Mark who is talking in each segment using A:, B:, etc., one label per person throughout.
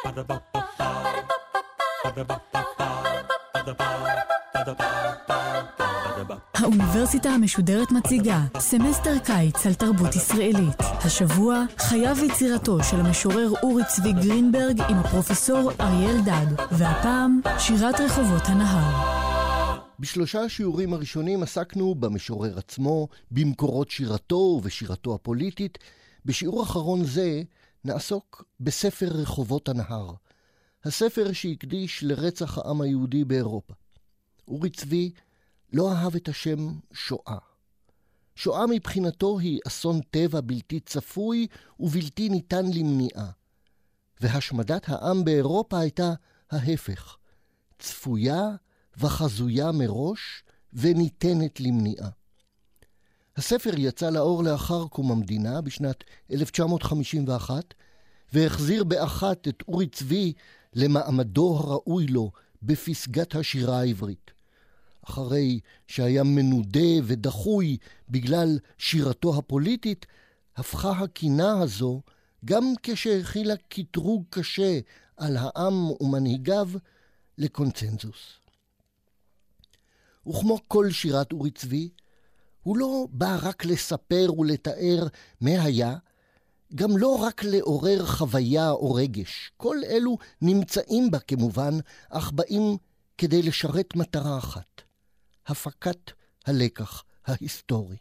A: האוניברסיטה המשודרת מציגה סמסטר קיץ על תרבות ישראלית. השבוע חייו ויצירתו של המשורר אורי צבי גרינברג עם הפרופסור אריאל דג, והפעם שירת רחובות הנהר.
B: בשלושה השיעורים הראשונים עסקנו במשורר עצמו, במקורות שירתו ובשירתו הפוליטית. בשיעור האחרון זה נעסוק בספר רחובות הנהר, הספר שהקדיש לרצח העם היהודי באירופה. אורי צבי לא אהב את השם שואה. שואה מבחינתו היא אסון טבע בלתי צפוי ובלתי ניתן למניעה. והשמדת העם באירופה הייתה ההפך, צפויה וחזויה מראש וניתנת למניעה. הספר יצא לאור לאחר קום המדינה בשנת 1951, והחזיר באחת את אורי צבי למעמדו הראוי לו בפסגת השירה העברית. אחרי שהיה מנודה ודחוי בגלל שירתו הפוליטית, הפכה הקינה הזו, גם כשהכילה קטרוג קשה על העם ומנהיגיו, לקונצנזוס. וכמו כל שירת אורי צבי, הוא לא בא רק לספר ולתאר מה היה, גם לא רק לעורר חוויה או רגש. כל אלו נמצאים בה כמובן, אך באים כדי לשרת מטרה אחת, הפקת הלקח ההיסטורי.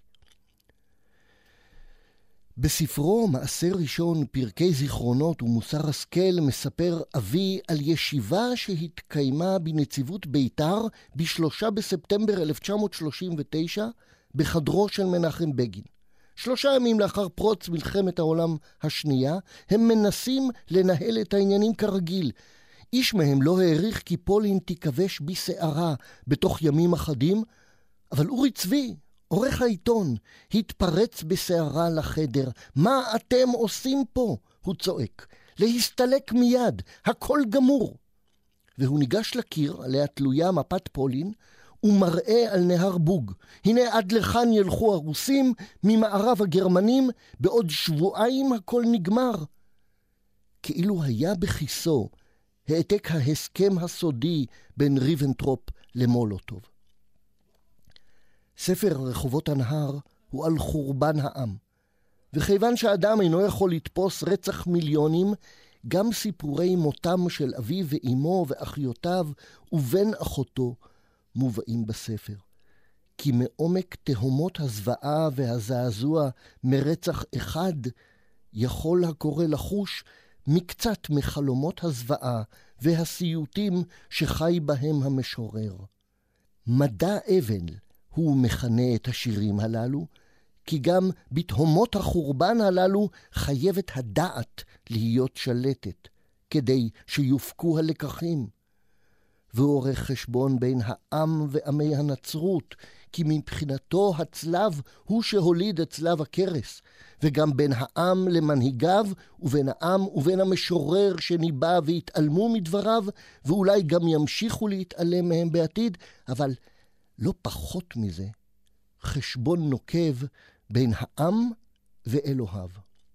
B: בספרו מעשר ראשון פרקי זיכרונות ומוסר השכל מספר אבי על ישיבה שהתקיימה בנציבות ביתר ב3 בספטמבר 1939 בחדרו של מנחם בגין. 3 ימים לאחר פרוץ מלחמת העולם השנייה, הם מנסים לנהל את העניינים כרגיל. איש מהם לא העריך כי פולין תיכבש בסערה בתוך ימים אחדים, אבל אורי צבי, עורך העיתון, התפרץ בסערה לחדר. מה אתם עושים פה? הוא צועק. להסתלק מיד, הכל גמור. והוא ניגש לקיר, עליה תלויה מפת פולין, ומראה על נהר בוג. הנה עד לכאן ילכו הרוסים, ממערב הגרמנים, בעוד שבועיים הכל נגמר. כאילו היה בכיסו העתק ההסכם הסודי בין ריבנטרופ למולוטוב. ספר רחובות הנהר הוא על חורבן העם, וכיוון שהאדם אינו יכול לתפוס רצח מיליונים, גם סיפורי מותם של אביו ואימו ואחיותיו ובן אחותו מובאים בספר. כי מעומק תהומות הזוועה והזעזוע מרצח אחד, יכול הקורא לחוש מקצת מחלומות הזוועה והסיוטים שחי בהם המשורר. מדע אבל הוא מכנה את השירים הללו, כי גם בתהומות החורבן הללו חייבת הדעת להיות שלטת, כדי שיופקו הלקחים. והוא עורך חשבון בין העם ועמי הנצרות, כי מבחינתו הצלב הוא שהוליד את צלב הקרס, וגם בין העם למנהיגיו, ובין העם ובין המשורר שניבא והתעלמו מדבריו, ואולי גם ימשיכו להתעלם מהם בעתיד, אבל לא פחות מזה, חשבון נוקב בין העם ואלוהיו.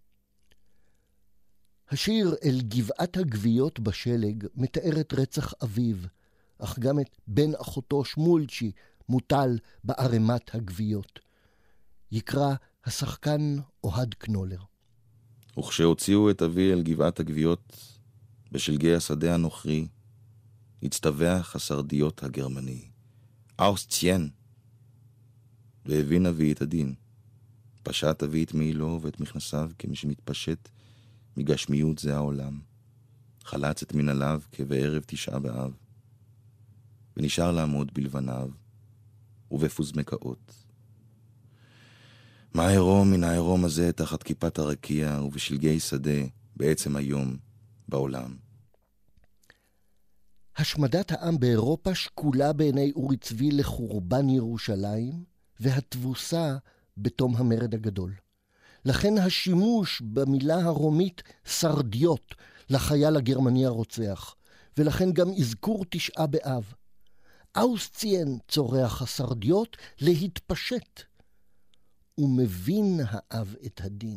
B: השיר אל גבעת הגוויות בשלג מתאר את רצח אביו, אך גם את בן אחותו שמולצ'י מוטל בערימת הגוויות. יקרא השחקן אוהד קנולר.
C: וכשהוציאו את אבי אל גבעת הגוויות, בשלגי השדה הנוכרי, הצטווח הסרדיות הגרמני. אוסטיין! והבין אבי את הדין. פשט אבי את מעילו ואת מכנסיו כמי שמתפשט מגשמיות זה העולם. חלץ את מנעליו כבערב 9 באב. ונשאר לעמוד בלבניו ובפוזמקאות. מה העירום מן העירום הזה תחת כיפת הרקיע ובשלגי שדה בעצם היום בעולם?
B: השמדת העם באירופה שקולה בעיני אורי צבי לחורבן ירושלים, והתבוסה בתום המרד הגדול. לכן השימוש במילה הרומית סרדיות לחייל הגרמני הרוצח, ולכן גם אזכור 9 באב. אוסטיין צורח הסרדיות להתפשט. ומבין האב את הדין.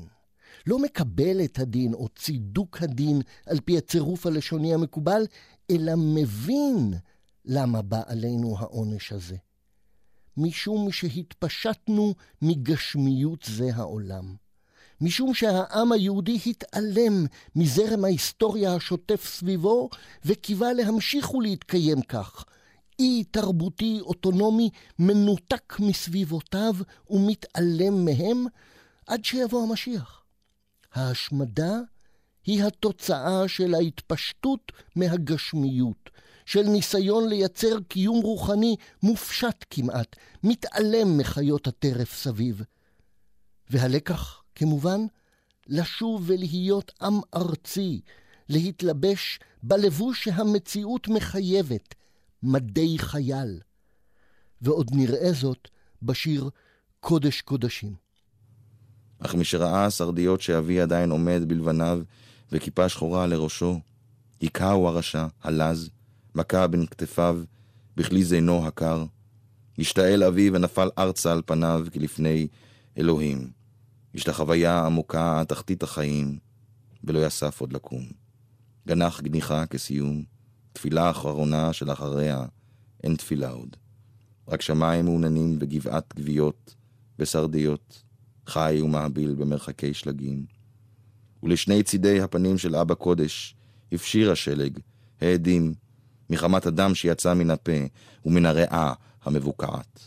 B: לא מקבל את הדין או צידוק הדין על פי הצירוף הלשוני המקובל, אלא מבין למה בא עלינו העונש הזה. משום שהתפשטנו מגשמיות זה העולם. משום שהעם היהודי התעלם מזרם ההיסטוריה השוטף סביבו, וקיווה להמשיך ולהתקיים כך. אי תרבותי אוטונומי מנותק מסביבותיו ומתעלם מהם עד שיבוא המשיח. ההשמדה היא התוצאה של ההתפשטות מהגשמיות, של ניסיון לייצר קיום רוחני מופשט כמעט, מתעלם מחיות הטרף סביב. והלקח, כמובן, לשוב ולהיות עם ארצי, להתלבש בלבוש שהמציאות מחייבת, מדי חייל. ועוד נראה זאת בשיר קודש קודשים.
C: אך משראה הסרדיות שאבי עדיין עומד בלבניו וכיפה שחורה לראשו, היכהו הרשע, הלז, מכה בין כתפיו, בכלי זינו הקר, השתעל אבי ונפל ארצה על פניו כלפני אלוהים. השתחוויה עמוקה תחתית החיים, ולא יסף עוד לקום. גנח גניחה כסיום, תפילה אחרונה שלאחריה אין תפילה עוד. רק שמיים מעוננים וגבעת גביות וסרדיות, חי ומעביל במרחקי שלגים. ולשני צידי הפנים של אבא קודש הפשיר השלג, העדים, מחמת הדם שיצא מן הפה ומן הריאה המבוקעת.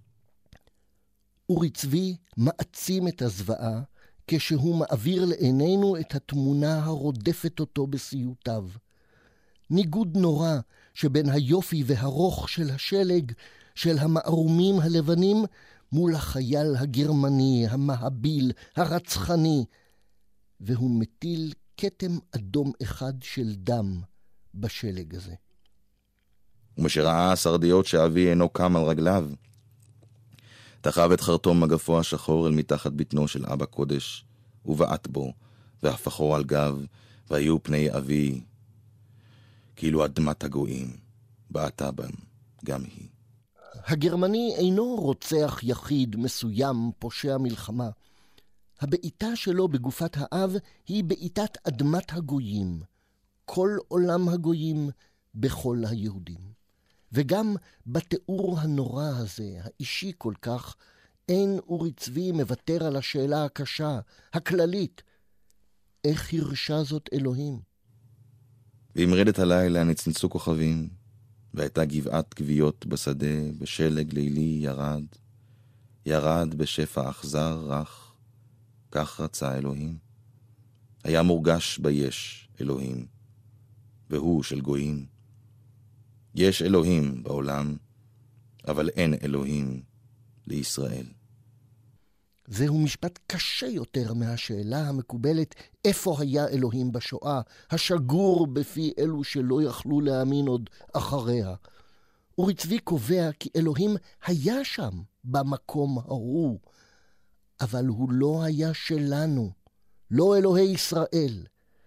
B: אורי צבי מעצים את הזוועה כשהוא מעביר לעינינו את התמונה הרודפת אותו בסיוטיו. ניגוד נורא שבין היופי והרוך של השלג, של המערומים הלבנים, מול החייל הגרמני, המהביל, הרצחני, והוא מטיל כתם אדום אחד של דם בשלג הזה.
C: ומשראה הסרדיות שאבי אינו קם על רגליו, תחב את חרטום מגפו השחור אל מתחת בטנו של אבא קודש, ובעט בו, והפכו על גב, והיו פני אבי, כאילו אדמת הגויים, בעטה בם, גם היא.
B: הגרמני אינו רוצח יחיד מסוים, פושע מלחמה. הבעיטה שלו בגופת האב היא בעיטת אדמת הגויים, כל עולם הגויים בכל היהודים. וגם בתיאור הנורא הזה, האישי כל כך, אין אורי צבי מוותר על השאלה הקשה, הכללית, איך הרשה זאת אלוהים?
C: והמרדת הלילה נצנצו כוכבים, והייתה גבעת גוויות בשדה, בשלג לילי ירד בשפע אכזר רך, כך רצה אלוהים. היה מורגש ביש אלוהים, והוא של גויים. יש אלוהים בעולם, אבל אין אלוהים לישראל.
B: זהו משפט קשה יותר מהשאלה המקובלת איפה היה אלוהים בשואה, השגור בפי אלו שלא יכלו להאמין עוד אחריה. אורי צבי קובע כי אלוהים היה שם במקום ההוא, אבל הוא לא היה שלנו, לא אלוהי ישראל.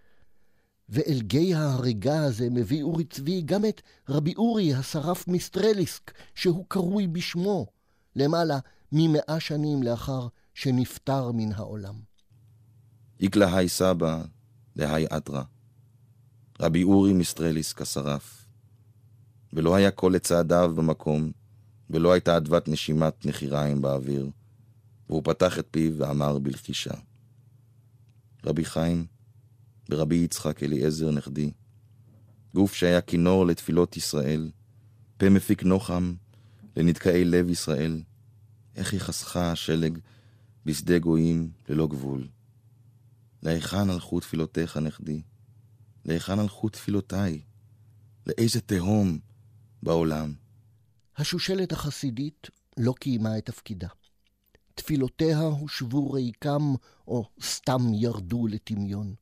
B: ואל גיא ההריגה הזה מביא אורי צבי גם את רבי אורי השרף מסטרליסק, שהוא קרוי בשמו, למעלה מ100 שנים לאחר שנפטר מן העולם.
C: איקלה היי סבא להי אדרה, רבי אורי מסטרליסק השרף, ולא היה כל לצעדיו במקום, ולא הייתה אדוות נשימת נחיריים באוויר, והוא פתח את פיו ואמר בלחישה, רבי חיים, ברבי יצחק אליעזר נכדי, גוף שהיה כינור לתפילות ישראל, פה מפיק נוחם לנדקאי לב ישראל, איך יחסך השלג בשדה גויים ללא גבול. להיכן הלכו תפילותיך נכדי? להיכן הלכו תפילותיי? לאיזה תהום בעולם?
B: השושלת החסידית לא קיימה את תפקידה. תפילותיה הושבו ריקם או סתם ירדו לטמיון.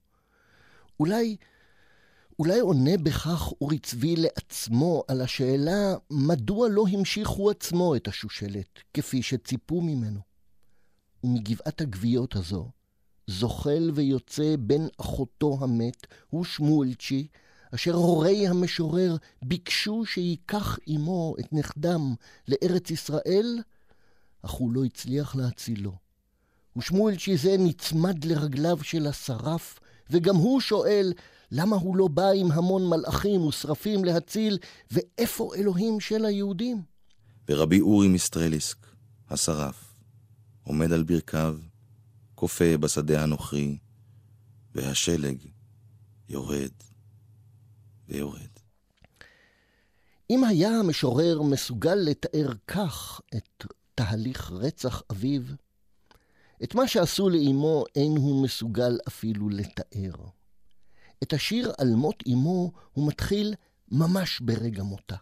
B: אולי עונה בכך אורי צבי לעצמו על השאלה מדוע לא המשיכו עצמו את השושלת כפי שציפו ממנו. ומגבעת הגוויות הזו זוחל ויוצא בן אחותו המת, הוא שמואלצ'י, אשר הורי המשורר ביקשו שיקח עמו את נכדם לארץ ישראל, אך הוא לא הצליח להצילו. ושמואל צ'יזה נצמד לרגליו של השרף, וגם הוא שואל למה הוא לא בא עם המון מלאכים ושרפים להציל, ואיפה אלוהים של היהודים?
C: ורבי אורי מסטרליסק, השרף, עומד על ברכיו, קופא בשדה הנוכרי, והשלג יורד ויורד.
B: אם היה המשורר מסוגל לתאר כך את תהליך רצח אביו, את מה שעשו לאמו אין הוא מסוגל אפילו לתאר. את השיר על מות אמו הוא מתחיל ממש ברגע מותה.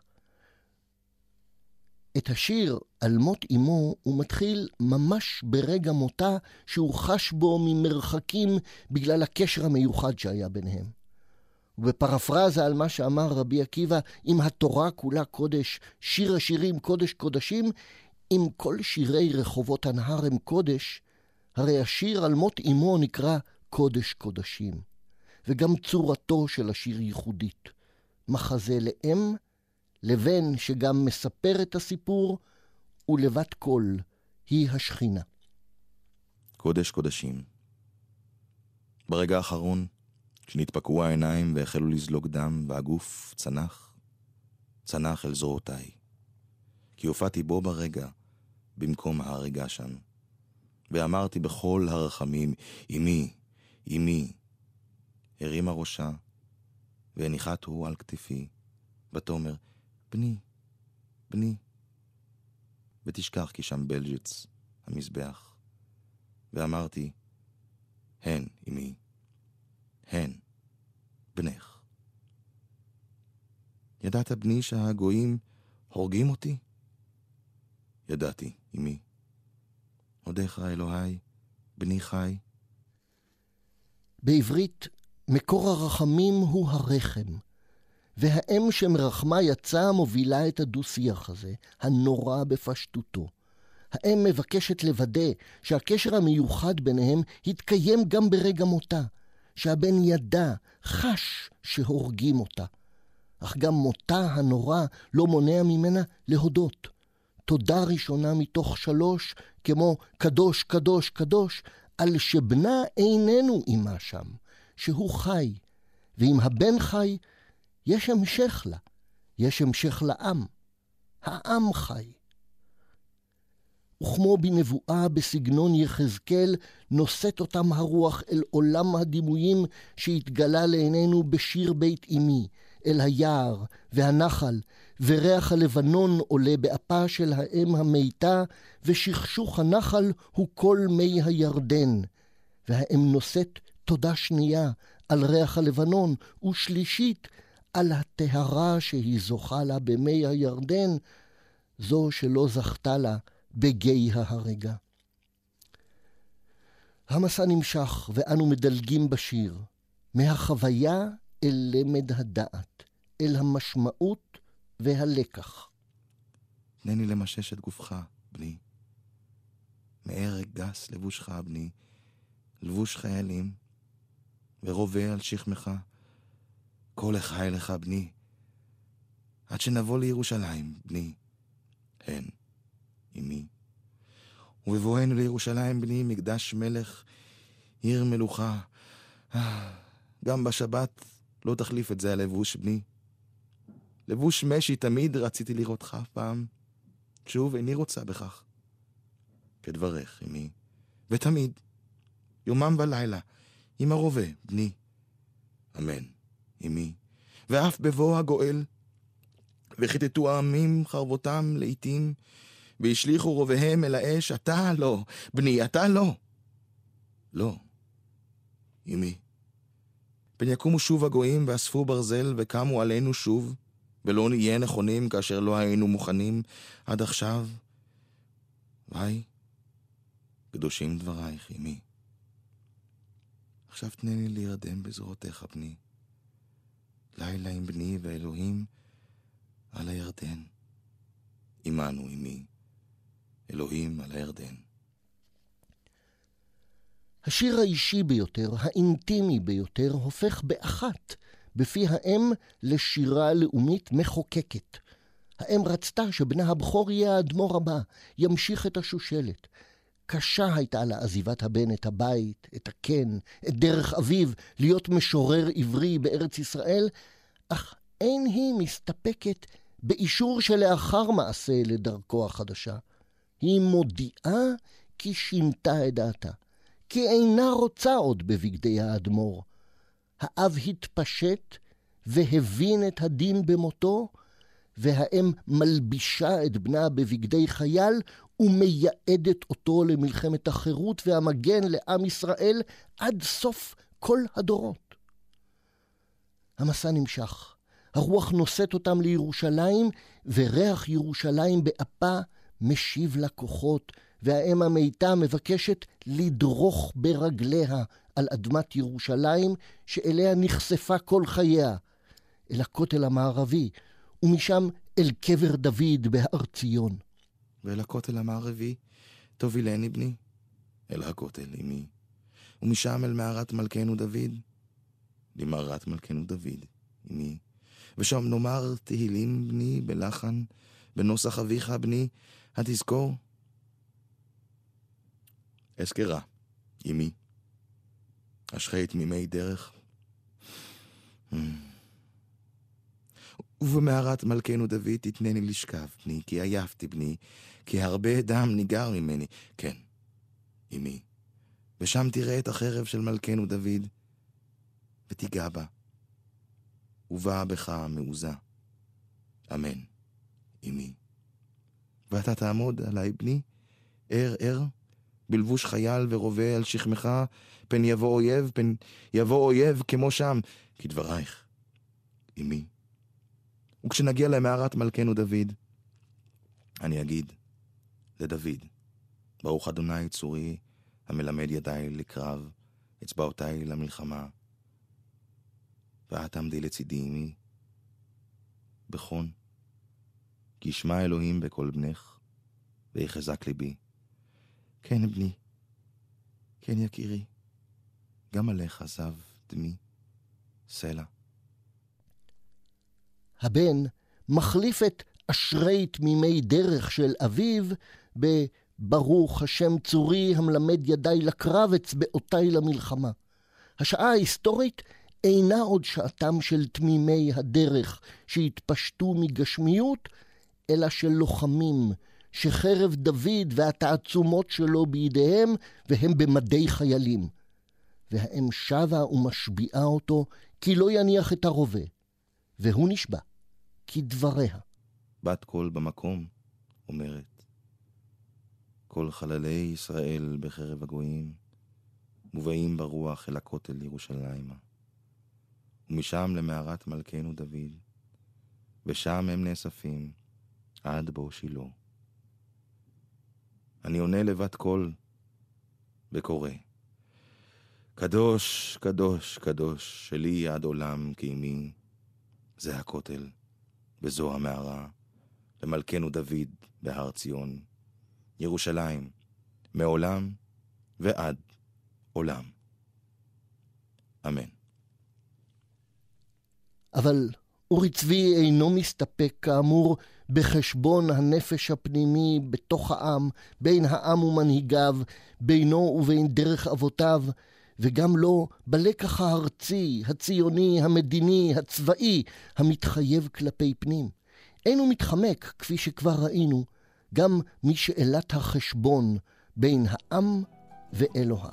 B: את השיר על מות אמו הוא מתחיל ממש ברגע מותה שהוא חש בו ממרחקים בגלל הקשר המיוחד שהיה ביניהם. ובפרפרזה על מה שאמר רבי עקיבא, אם התורה כולה קודש, שיר השירים קודש קודשים, אם כל שירי רחובות הנהר הם קודש, הרי השיר על מות אמו נקרא קודש קודשים. וגם צורתו של השיר ייחודית. מחזה לאם, לבן שגם מספר את הסיפור, ולבת קול היא השכינה.
C: קודש קודשים. ברגע האחרון, כשנתפקעו העיניים והחלו לזלוג דם, והגוף צנח אל זרועותיי. כי הופעתי בו ברגע, במקום ההריגה שם. ואמרתי בכל הרחמים, אמי, אמי. הרימה ראשה, והניחתו על כתפי, ותאמר, בני, בני. ותשכח כי שם בלג'ץ, המזבח. ואמרתי, הן, אמי, הן, בנך. ידעת בני שהגויים הורגים אותי? ידעתי, אמי. עודך אלוהי, בני חי.
B: בעברית, מקור הרחמים הוא הרחם, והאם שמרחמה יצאה מובילה את הדו-שיח הזה, הנורא בפשטותו. האם מבקשת לוודא שהקשר המיוחד ביניהם יתקיים גם ברגע מותה, שהבן ידע, חש שהורגים אותה. אך גם מותה הנורא לא מונע ממנה להודות. תודה ראשונה מתוך 3, כמו קדוש, קדוש, קדוש, על שבנה איננו עמה שם, שהוא חי, ואם הבן חי, יש המשך לה, יש המשך לעם. העם חי. וכמו בנבואה בסגנון יחזקאל, נושאת אותם הרוח אל עולם הדימויים שהתגלה לעינינו בשיר בית אמי, אל היער והנחל, וריח הלבנון עולה באפה של האם המיתה, ושכשוך הנחל הוא כל מי הירדן. והאם נושאת תודה שנייה על ריח הלבנון, ושלישית על הטהרה שהיא זוכה לה במי הירדן, זו שלא זכתה לה בגיא ההרגה. המסע נמשך ואנו מדלגים בשיר, מהחוויה אל למד הדעת, אל המשמעות והלקח.
C: תנני למשש את גופך, בני. מהרג גס לבושך, בני, לבוש חיילים, ורובה על שכמך, כל החי לך, בני, עד שנבוא לירושלים, בני. הן, אמי. ובבואנו לירושלים, בני, מקדש מלך, עיר מלוכה. גם בשבת לא תחליף את זה הלבוש, בני. לבוש משי תמיד רציתי לראותך פעם. שוב, איני רוצה בכך. כדברך, אמי. ותמיד, יומם ולילה, עם הרובה, בני. אמן, אמי. ואף בבוא הגואל, וחיטטו העמים חרבותם לעתים, והשליחו רוביהם אל האש. אתה לא, בני, אתה לא. לא, אמי. פן יקומו שוב הגויים ואספו ברזל וקמו עלינו שוב, ולא נהיה נכונים כאשר לא היינו מוכנים עד עכשיו. ואי, קדושים דברייך, אמי. עכשיו תנני להירדם בזרועותיך, בני. לילה עם בני ואלוהים על הירדן. עמנו, אמי, אלוהים על הירדן.
B: השיר האישי ביותר, האינטימי ביותר, הופך באחת בפי האם לשירה לאומית מחוקקת. האם רצתה שבנה הבכור יהיה האדמו"ר הבא, ימשיך את השושלת. קשה הייתה לעזיבת הבן את הבית, את הקן, את דרך אביו, להיות משורר עברי בארץ ישראל, אך אין היא מסתפקת באישור שלאחר מעשה לדרכו החדשה. היא מודיעה כי שינתה את דעתה, כי אינה רוצה עוד בבגדי האדמו"ר. האב התפשט והבין את הדין במותו, והאם מלבישה את בנה בבגדי חייל ומייעדת אותו למלחמת החירות והמגן לעם ישראל עד סוף כל הדורות. המסע נמשך. הרוח נושאת אותם לירושלים, וריח ירושלים באפה משיב לכוחות, והאם המיתה מבקשת לדרוך ברגליה על אדמת ירושלים, שאליה נחשפה כל חייה, אל הכותל המערבי, ומשם אל קבר דוד בהר ציון.
C: ואל הכותל המערבי תובילני בני, אל הכותל אמי, ומשם אל מערת מלכנו דוד, למערת מלכנו דוד אמי, ושם נאמר תהילים בני בלחן, בנוסח אביך בני, התזכור. אזכרה, אמי, אשחי תמימי דרך. ובמערת מלכנו דוד תתנני לשכב בני, כי עייפתי בני, כי הרבה דם ניגר ממני. כן, אמי, ושם תראה את החרב של מלכנו דוד, ותיגע בה, ובאה בך מעוזה. אמן, אמי. ואתה תעמוד עלי בני, ער, בלבוש חייל ורובה על שכמך, פן יבוא אויב כמו שם, כדברייך, אמי. וכשנגיע למערת מלכנו דוד, אני אגיד לדוד, ברוך אדוני צורי, המלמד ידיי לקרב, אצבעותיי למלחמה. ואת עמדי לצידי אמי, בכון, כי ישמע אלוהים בכל בנך, ויחזק ליבי. כן בני, כן יקירי, גם עליך זב דמי, סלע.
B: הבן מחליף את אשרי תמימי דרך של אביו בברוך השם צורי המלמד ידיי לקרב אצבעותיי למלחמה. השעה ההיסטורית אינה עוד שעתם של תמימי הדרך שהתפשטו מגשמיות, אלא של לוחמים שחרב דוד והתעצומות שלו בידיהם והם במדי חיילים. והאם שבה ומשביעה אותו כי לא יניח את הרובה, והוא נשבע כדבריה.
C: בת קול במקום אומרת, כל חללי ישראל בחרב הגויים מובאים ברוח אל הכותל ירושלימה, ומשם למערת מלכנו דוד, ושם הם נאספים עד בו שילה. אני עונה לבת קול וקורא, קדוש, קדוש, קדוש, שלי עד עולם כאימי, זה הכותל, וזו המערה, למלכנו דוד בהר ציון, ירושלים, מעולם ועד עולם. אמן.
B: אבל אורי צבי אינו מסתפק כאמור בחשבון הנפש הפנימי בתוך העם, בין העם ומנהיגיו, בינו ובין דרך אבותיו, וגם לא בלקח הארצי, הציוני, המדיני, הצבאי, המתחייב כלפי פנים. אינו מתחמק, כפי שכבר ראינו, גם משאלת החשבון בין העם ואלוהיו.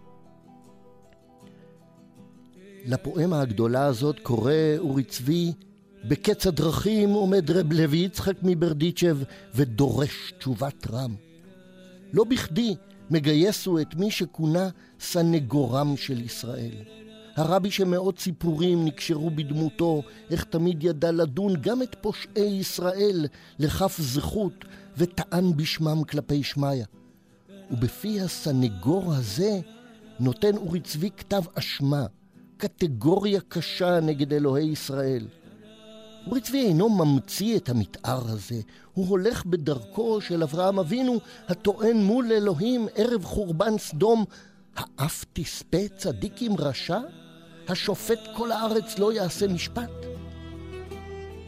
B: לפואמה הגדולה הזאת קורא אורי צבי, בקץ הדרכים עומד רב לוי יצחק מברדיצ'ב ודורש תשובת רם. לא בכדי מגייסו את מי שכונה סנגורם של ישראל. הרבי שמאות סיפורים נקשרו בדמותו, איך תמיד ידע לדון גם את פושעי ישראל לכף זכות, וטען בשמם כלפי שמיה. ובפי הסנגור הזה נותן אורי צבי כתב אשמה, קטגוריה קשה נגד אלוהי ישראל. אורי צבי אינו ממציא את המתאר הזה, הוא הולך בדרכו של אברהם אבינו, הטוען מול אלוהים ערב חורבן סדום, האף תספה צדיק עם רשע? השופט כל הארץ לא יעשה משפט?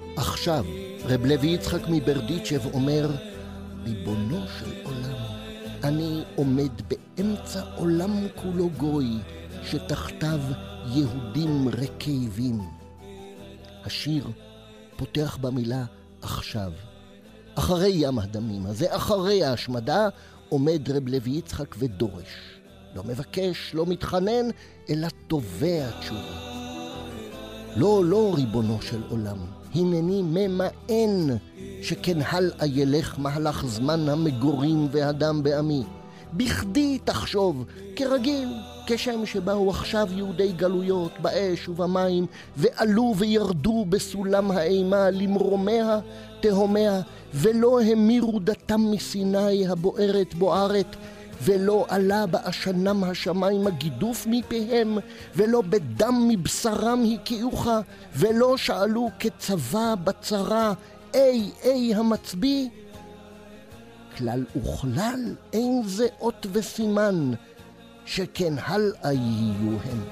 B: עכשיו רב לוי יצחק מברדיצ'ב אומר, ריבונו של עולם, אני עומד באמצע עולם כולו גוי, שתחתיו יהודים רקייבים. השיר פותח במילה עכשיו. אחרי ים הדמים הזה, אחרי ההשמדה, עומד רב לוי יצחק ודורש. לא מבקש, לא מתחנן, אלא תובע תשובה. לא, ריבונו של עולם, הנני ממאן שכן הלאה ילך מהלך זמן המגורים והדם בעמי. בכדי תחשוב, כרגיל, כשם שבאו עכשיו יהודי גלויות באש ובמים, ועלו וירדו בסולם האימה למרומיה, תהומיה, ולא המירו דתם מסיני הבוערת בוערת, ולא עלה בעשנם השמיים הגידוף מפיהם, ולא בדם מבשרם הקיעוך, ולא שאלו כצבא בצרה, אי המצביא. כלל וכלל אין זה אות וסימן, שכן הלאה יהיו הם.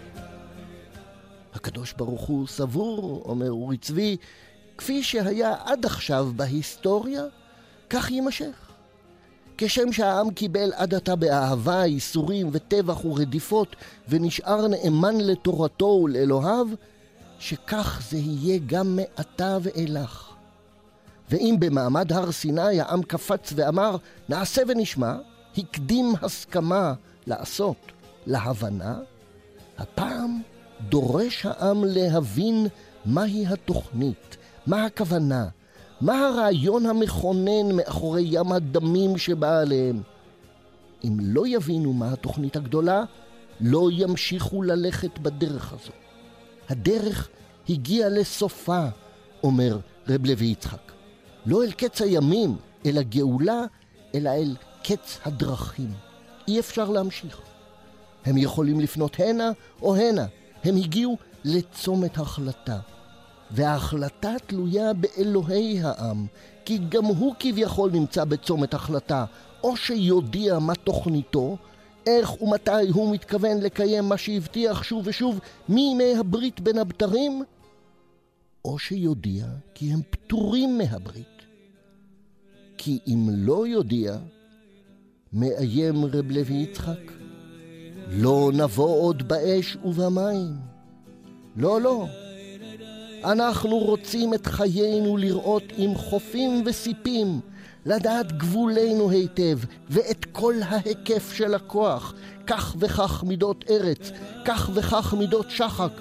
B: הקדוש ברוך הוא סבור, אומר אורי צבי, כפי שהיה עד עכשיו בהיסטוריה, כך יימשך. כשם שהעם קיבל עד עתה באהבה, איסורים וטבח ורדיפות, ונשאר נאמן לתורתו ולאלוהיו, שכך זה יהיה גם מעתה ואילך. ואם במעמד הר סיני העם קפץ ואמר, נעשה ונשמע, הקדים הסכמה לעשות להבנה, הפעם דורש העם להבין מהי התוכנית, מה הכוונה, מה הרעיון המכונן מאחורי ים הדמים שבא עליהם. אם לא יבינו מה התוכנית הגדולה, לא ימשיכו ללכת בדרך הזו. הדרך הגיעה לסופה, אומר רב לוי יצחק. לא אל קץ הימים, אל הגאולה, אלא אל קץ הדרכים. אי אפשר להמשיך. הם יכולים לפנות הנה או הנה. הם הגיעו לצומת החלטה. וההחלטה תלויה באלוהי העם, כי גם הוא כביכול נמצא בצומת החלטה, או שיודיע מה תוכניתו, איך ומתי הוא מתכוון לקיים מה שהבטיח שוב ושוב מימי הברית בין הבתרים, או שיודיע כי הם פטורים מהברית. כי אם לא יודיע, מאיים רב לוי יצחק, לא נבוא עוד באש ובמים. לא. אנחנו רוצים את חיינו לראות עם חופים וסיפים, לדעת גבולנו היטב ואת כל ההיקף של הכוח, כך וכך מידות ארץ, כך וכך מידות שחק,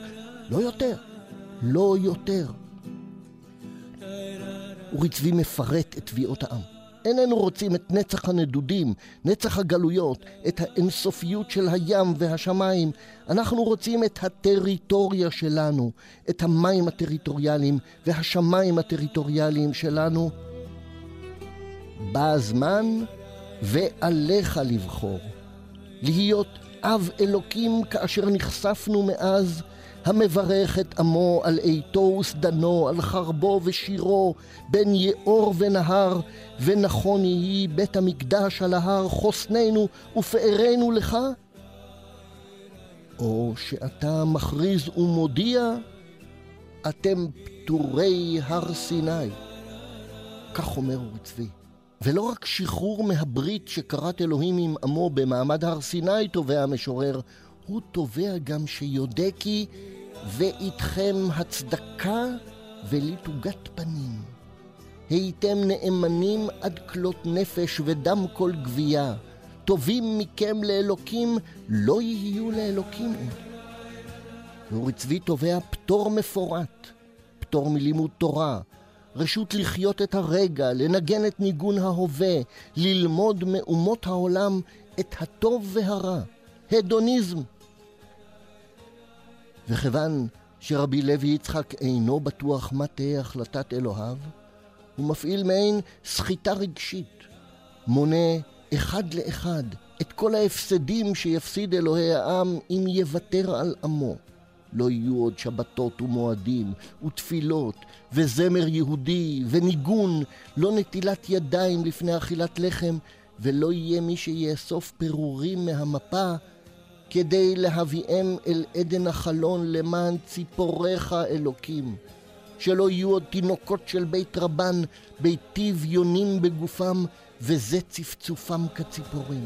B: לא יותר. אורי צבי מפרט את תביעות העם. איננו רוצים את נצח הנדודים, נצח הגלויות, את האינסופיות של הים והשמיים. אנחנו רוצים את הטריטוריה שלנו, את המים הטריטוריאליים והשמיים הטריטוריאליים שלנו. בא הזמן ועליך לבחור. להיות אב אלוקים כאשר נחשפנו מאז, המברך את עמו על איתו וסדנו, על חרבו ושירו, בין יאור ונהר, ונכון יהי בית המקדש על ההר, חוסננו ופארנו לך? או שאתה מכריז ומודיע, אתם פטורי הר סיני. כך אומר אורי צבי. ולא רק שחרור מהברית שקראת אלוהים עם עמו במעמד הר סיני תובע המשורר, הוא תובע גם שיודע כי ואיתכם הצדקה וליטוגת פנים. הייתם נאמנים עד כלות נפש ודם כל גבייה. טובים מכם לאלוקים, לא יהיו לאלוקים עוד. ואורי צבי תובע פטור מפורט, פטור מלימוד תורה, רשות לחיות את הרגע, לנגן את ניגון ההווה, ללמוד מאומות העולם את הטוב והרע, הדוניזם. וכיוון שרבי לוי יצחק אינו בטוח מה תהיה החלטת אלוהיו, הוא מפעיל מעין סחיטה רגשית, מונה אחד לאחד את כל ההפסדים שיפסיד אלוהי העם אם יוותר על עמו. לא יהיו עוד שבתות ומועדים ותפילות וזמר יהודי וניגון, לא נטילת ידיים לפני אכילת לחם, ולא יהיה מי שיאסוף פירורים מהמפה כדי להביאם אל עדן החלון למען ציפוריך אלוקים. שלא יהיו עוד תינוקות של בית רבן, ביתי ויונים בגופם, וזה צפצופם כציפורים.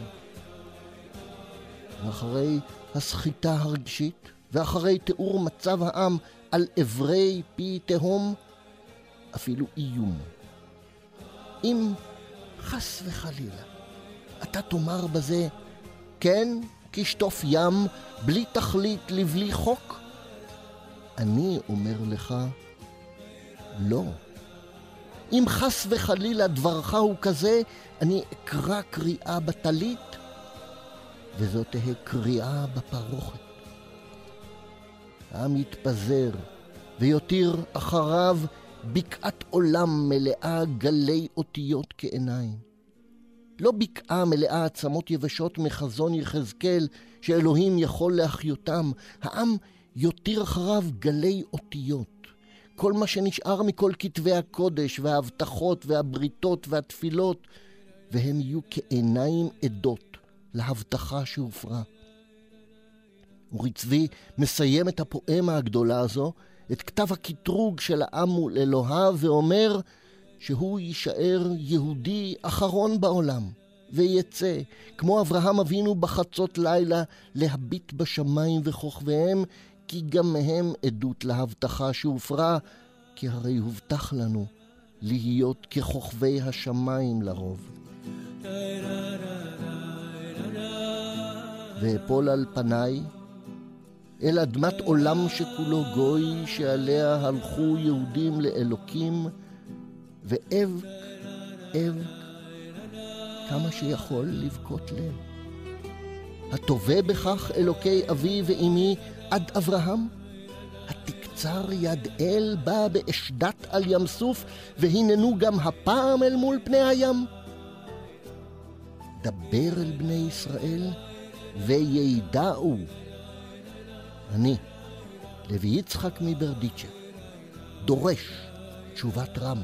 B: ואחרי הסחיטה הרגשית, ואחרי תיאור מצב העם על עברי פי תהום, אפילו איום. אם חס וחלילה אתה תאמר בזה, כן, כשטוף ים, בלי תכלית לבלי חוק, אני אומר לך, לא. אם חס וחלילה דברך הוא כזה, אני אקרא קריאה בטלית, וזאת תהיה קריאה בפרוכת. העם יתפזר, ויותיר אחריו בקעת עולם מלאה גלי אותיות כעיניים. לא בקעה מלאה עצמות יבשות מחזון יחזקאל, שאלוהים יכול להחיותם. העם יותיר אחריו גלי אותיות. כל מה שנשאר מכל כתבי הקודש וההבטחות והבריתות והתפילות, והם יהיו כעיניים עדות להבטחה שהופרה. אורי צבי מסיים את הפואמה הגדולה הזו, את כתב הקטרוג של העם מול אלוהיו, ואומר שהוא יישאר יהודי אחרון בעולם, ויצא, כמו אברהם אבינו בחצות לילה, להביט בשמיים וכוכביהם, כי גם מהם עדות להבטחה שהופרה, כי הרי הובטח לנו להיות ככוכבי השמיים לרוב. ואפול על פניי, אל אדמת עולם שכולו גוי, שעליה הלכו יהודים לאלוקים, ואבק, אבק, כמה שיכול לבכות לב. הטובה בכך אלוקי אבי ואמי עד אברהם? התקצר יד אל בא באשדת על ים סוף, והננו גם הפעם אל מול פני הים. דבר אל בני ישראל, וידעו. אני, לוי יצחק מברדיצ'ה, דורש תשובת רם.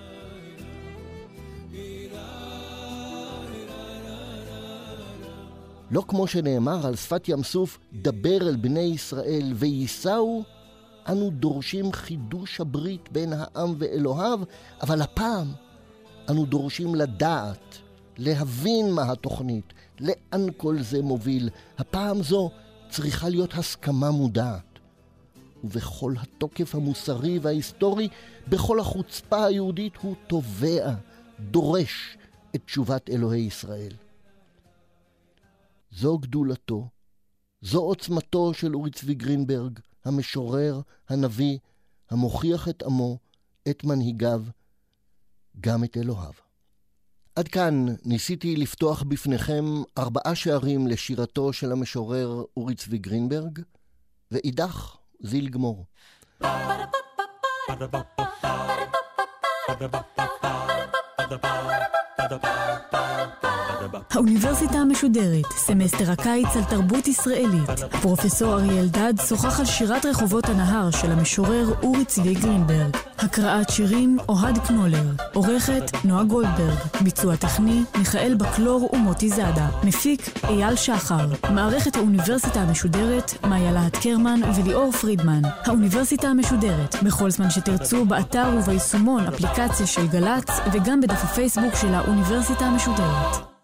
B: לא כמו שנאמר על שפת ים סוף, דבר אל בני ישראל וייסעו, אנו דורשים חידוש הברית בין העם ואלוהיו, אבל הפעם אנו דורשים לדעת, להבין מה התוכנית, לאן כל זה מוביל. הפעם זו צריכה להיות הסכמה מודעת. ובכל התוקף המוסרי וההיסטורי, בכל החוצפה היהודית, הוא תובע, דורש את תשובת אלוהי ישראל. זו גדולתו, זו עוצמתו של אורי צבי גרינברג, המשורר, הנביא, המוכיח את עמו, את מנהיגיו, גם את אלוהיו. עד כאן ניסיתי לפתוח בפניכם 4 שערים לשירתו של המשורר אורי צבי גרינברג, ואידך זיל גמור.
A: האוניברסיטה המשודרת, סמסטר הקיץ על תרבות ישראלית. הפרופסור אריאל דד שוחח על שירת רחובות הנהר של המשורר אורי צבי גרינברג. הקראת שירים אוהד קנולר, עורכת נועה גולדברג, ביצוע טכני מיכאל בקלור ומוטי זאדה, מפיק אייל שחר. מערכת האוניברסיטה המשודרת, מאיה להט קרמן וליאור פרידמן. האוניברסיטה המשודרת, בכל זמן שתרצו, באתר וביישומון אפליקציה של גלץ, וגם בדף הפייסבוק של האוניברסיטה המשודרת.